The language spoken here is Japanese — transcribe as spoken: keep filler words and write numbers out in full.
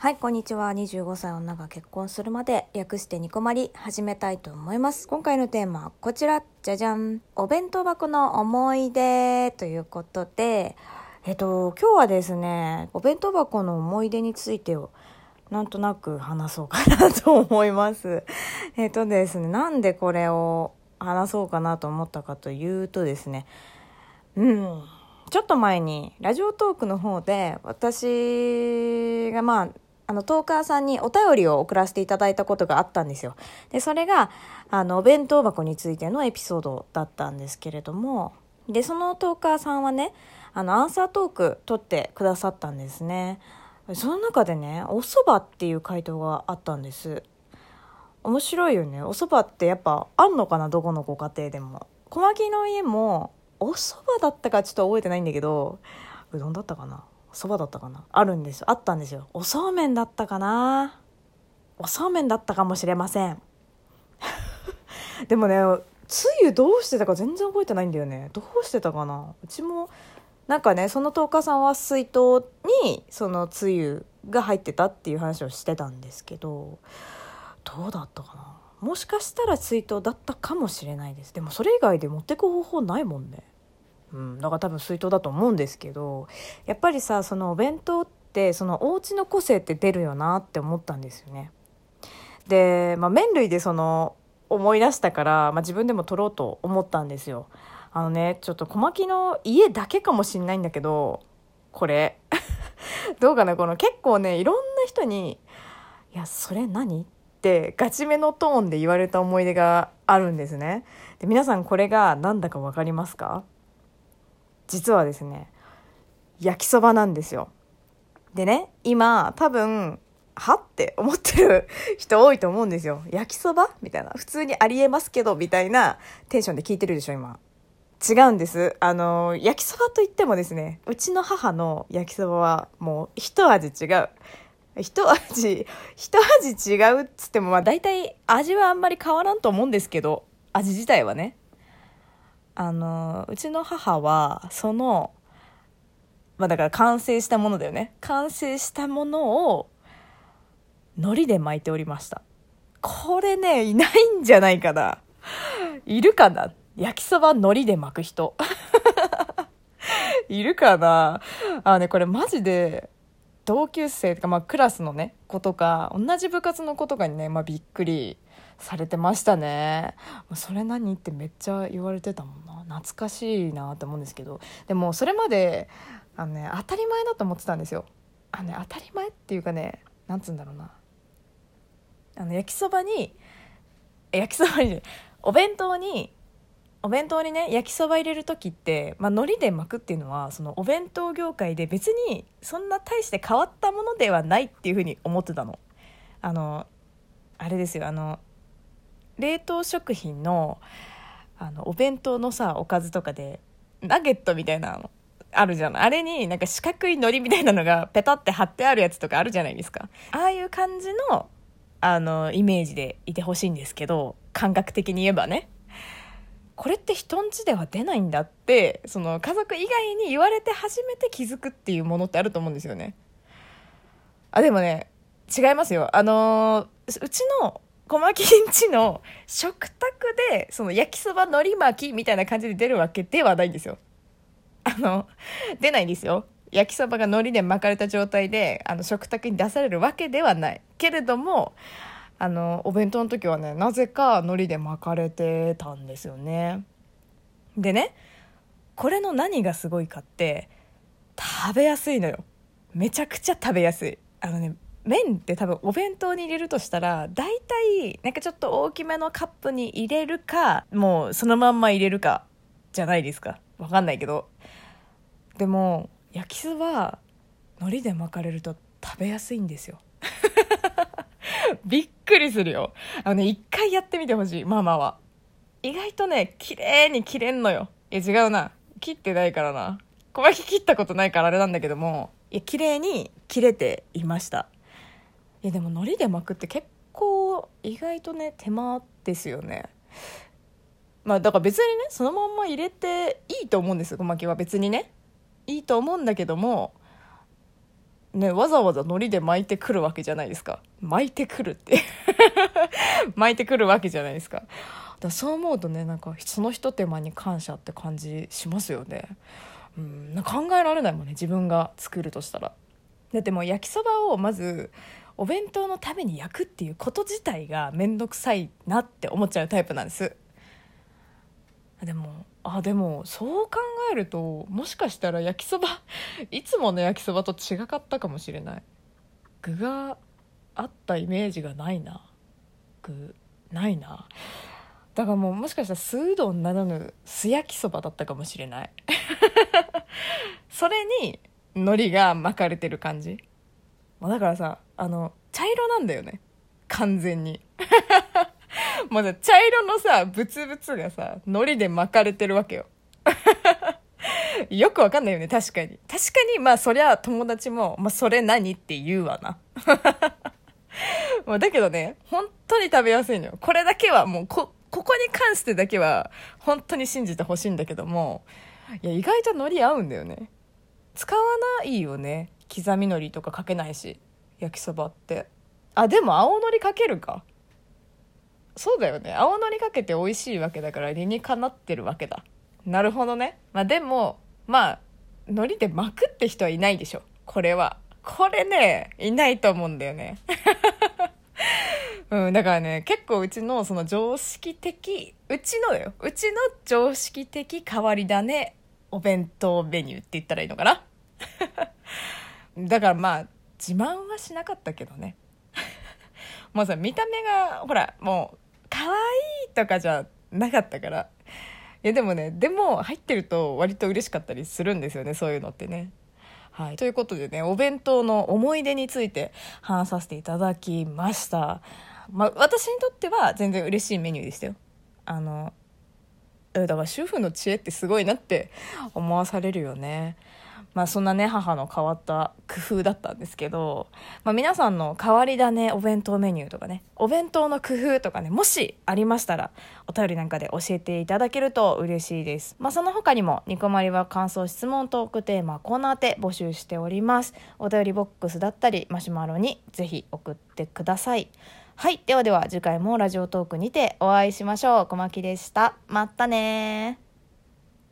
はい、こんにちは。にじゅうごさい女が結婚するまで略してニコマリ始めたいと思います。今回のテーマはこちら、じゃじゃん。お弁当箱の思い出ということで、えっと今日はですね、お弁当箱の思い出についてをなんとなく話そうかなと思います。えっとですね、なんでこれを話そうかなと思ったかというとですね、うん。ちょっと前にラジオトークの方で私がまああのトーカーさんにお便りを送らせていただいたことがあったんですよ。でそれがあのお弁当箱についてのエピソードだったんですけれども、でそのトーカーさんはね、あのアンサートーク取ってくださったんですね。その中でね、お蕎麦っていう回答があったんです。面白いよね。お蕎麦ってやっぱあんのかな、どこのご家庭でも。小牧の家もお蕎麦だったかちょっと覚えてないんだけど、うどんだったかな、蕎麦だったかな、あるんですよ、あったんですよ。おそうめんだったかな、おそうめんだったかもしれません。でもね、つゆどうしてたか全然覚えてないんだよね。どうしてたかな。うちもなんかね、その十日さんは水筒にそのつゆが入ってたっていう話をしてたんですけど、どうだったかな。もしかしたら水筒だったかもしれないです。でもそれ以外で持ってく方法ないもんね。うん、だから多分水筒だと思うんですけど、やっぱりさ、そのお弁当ってそのお家の個性って出るよなって思ったんですよね。で、まあ、麺類でその思い出したから、まあ、自分でも取ろうと思ったんですよ。あのね、ちょっと小牧の家だけかもしんないんだけど、これどうかな、この結構ね、いろんな人にいやそれ何ってガチめのトーンで言われた思い出があるんですね。で皆さんこれが何だか分かりますか？実はですね、焼きそばなんですよ。でね、今多分はって思ってる人多いと思うんですよ。焼きそばみたいな、普通にありえますけどみたいなテンションで聞いてるでしょ今。違うんです。あの焼きそばといってもですね、うちの母の焼きそばはもう一味違う。一味一味違うっつっても、まあ大体味はあんまり変わらんと思うんですけど、味自体はね、あのうちの母はその、まあだから完成したものだよね、完成したものを海苔で巻いておりました。これね、いないんじゃないかな。いるかな、焼きそば海苔で巻く人いるかな。あのね、これマジで同級生とか、まあ、クラスのね子とか同じ部活の子とかにね、まあ、びっくりされてましたね。それ何ってめっちゃ言われてたもんな。懐かしいなと思うんですけど、でもそれまであの、ね、当たり前だと思ってたんですよ。あの、ね、当たり前っていうかね、なんつうんだろうな、あの焼きそばに焼きそばにお弁当にお弁当にね焼きそば入れる時って、まあ、海苔で巻くっていうのはそのお弁当業界で別にそんな大して変わったものではないっていうふうに思ってたの。あのあれですよ、あの冷凍食品のあのお弁当のさ、おかずとかでナゲットみたいなのあるじゃん。あれになんか四角い海苔みたいなのがペタって貼ってあるやつとかあるじゃないですか。ああいう感じのあのイメージでいてほしいんですけど、感覚的に言えばね、これって人ん家では出ないんだって、その家族以外に言われて初めて気づくっていうものってあると思うんですよね。あ、でもね、違いますよ。あのー、うちの小牧んちの食卓でその焼きそば海苔巻きみたいな感じで出るわけではないんですよ。あの出ないんですよ。焼きそばが海苔で巻かれた状態であの食卓に出されるわけではないけれども、あのお弁当の時はね、なぜか海苔で巻かれてたんですよね。でね、これの何がすごいかって、食べやすいのよ。めちゃくちゃ食べやすい。あのね、麺って多分お弁当に入れるとしたら大体なんかちょっと大きめのカップに入れるか、もうそのまんま入れるかじゃないですか。わかんないけど、でも焼きそば海苔で巻かれると食べやすいんですよ。びっくりするよ。あのね、一回やってみてほしい。ママは意外とね、綺麗に切れんのよ。いや違うな、切ってないからな、小巻き切ったことないからあれなんだけども、いや綺麗に切れていました。いやでも海苔で巻くって結構意外とね手間ですよね。まあだから別にね、そのまんま入れていいと思うんですよ。小巻きは別にねいいと思うんだけども、 ね、わざわざ海苔で巻いてくるわけじゃないですか。巻いてくるって巻いてくるわけじゃないですか。だからそう思うとね、なんかその一手間に感謝って感じしますよね。うん、なんか考えられないもんね、自分が作るとしたら。だってもう焼きそばをまずお弁当のために焼くっていうこと自体がめんどくさいなって思っちゃうタイプなんです。でもあでもそう考えると、もしかしたら焼きそばいつもの焼きそばと違かったかもしれない。具があったイメージがないな。具ないな。だからもうもしかしたら酢うどんならぬ酢焼きそばだったかもしれないそれに海苔が巻かれてる感じ。だからさ、あの茶色なんだよね、完全にもうさ、茶色のさブツブツがさ海苔で巻かれてるわけよよくわかんないよね。確かに確かに、まあそりゃ友達も、まあ、それ何って言うわなまあだけどね、本当に食べやすいのよ。これだけはもうこここに関してだけは本当に信じてほしいんだけども、いや意外と海苔合うんだよね。使わないよね、刻み海苔とかかけないし、焼きそばって。あでも青のりかけるか。そうだよね、青のりかけて美味しいわけだから理にかなってるわけだ。なるほどね。まあでもまあ海苔で巻くって人はいないでしょ、これは。これねいないと思うんだよねうん、だからね、結構うちのその常識的、うちのだよ、うちの常識的変わり種お弁当メニューって言ったらいいのかなだからまあ自慢はしなかったけどねもうさ、見た目がほらもう可愛いとかじゃなかったから。いやでもね、でも入ってると割と嬉しかったりするんですよね、そういうのってね。はい、ということでね、お弁当の思い出について話させていただきました。まあ、私にとっては全然嬉しいメニューでしたよ。あのだから主婦の知恵ってすごいなって思わされるよね。まあそんなね、母の変わった工夫だったんですけど、まあ、皆さんの変わり種お弁当メニューとかね、お弁当の工夫とかね、もしありましたらお便りなんかで教えていただけると嬉しいです。まあその他にもニコマリは感想、質問、トークテーマ、コーナーで募集しております。お便りボックスだったりマシュマロにぜひ送ってください。はい、ではでは次回もラジオトークにてお会いしましょう。小牧でした。またね。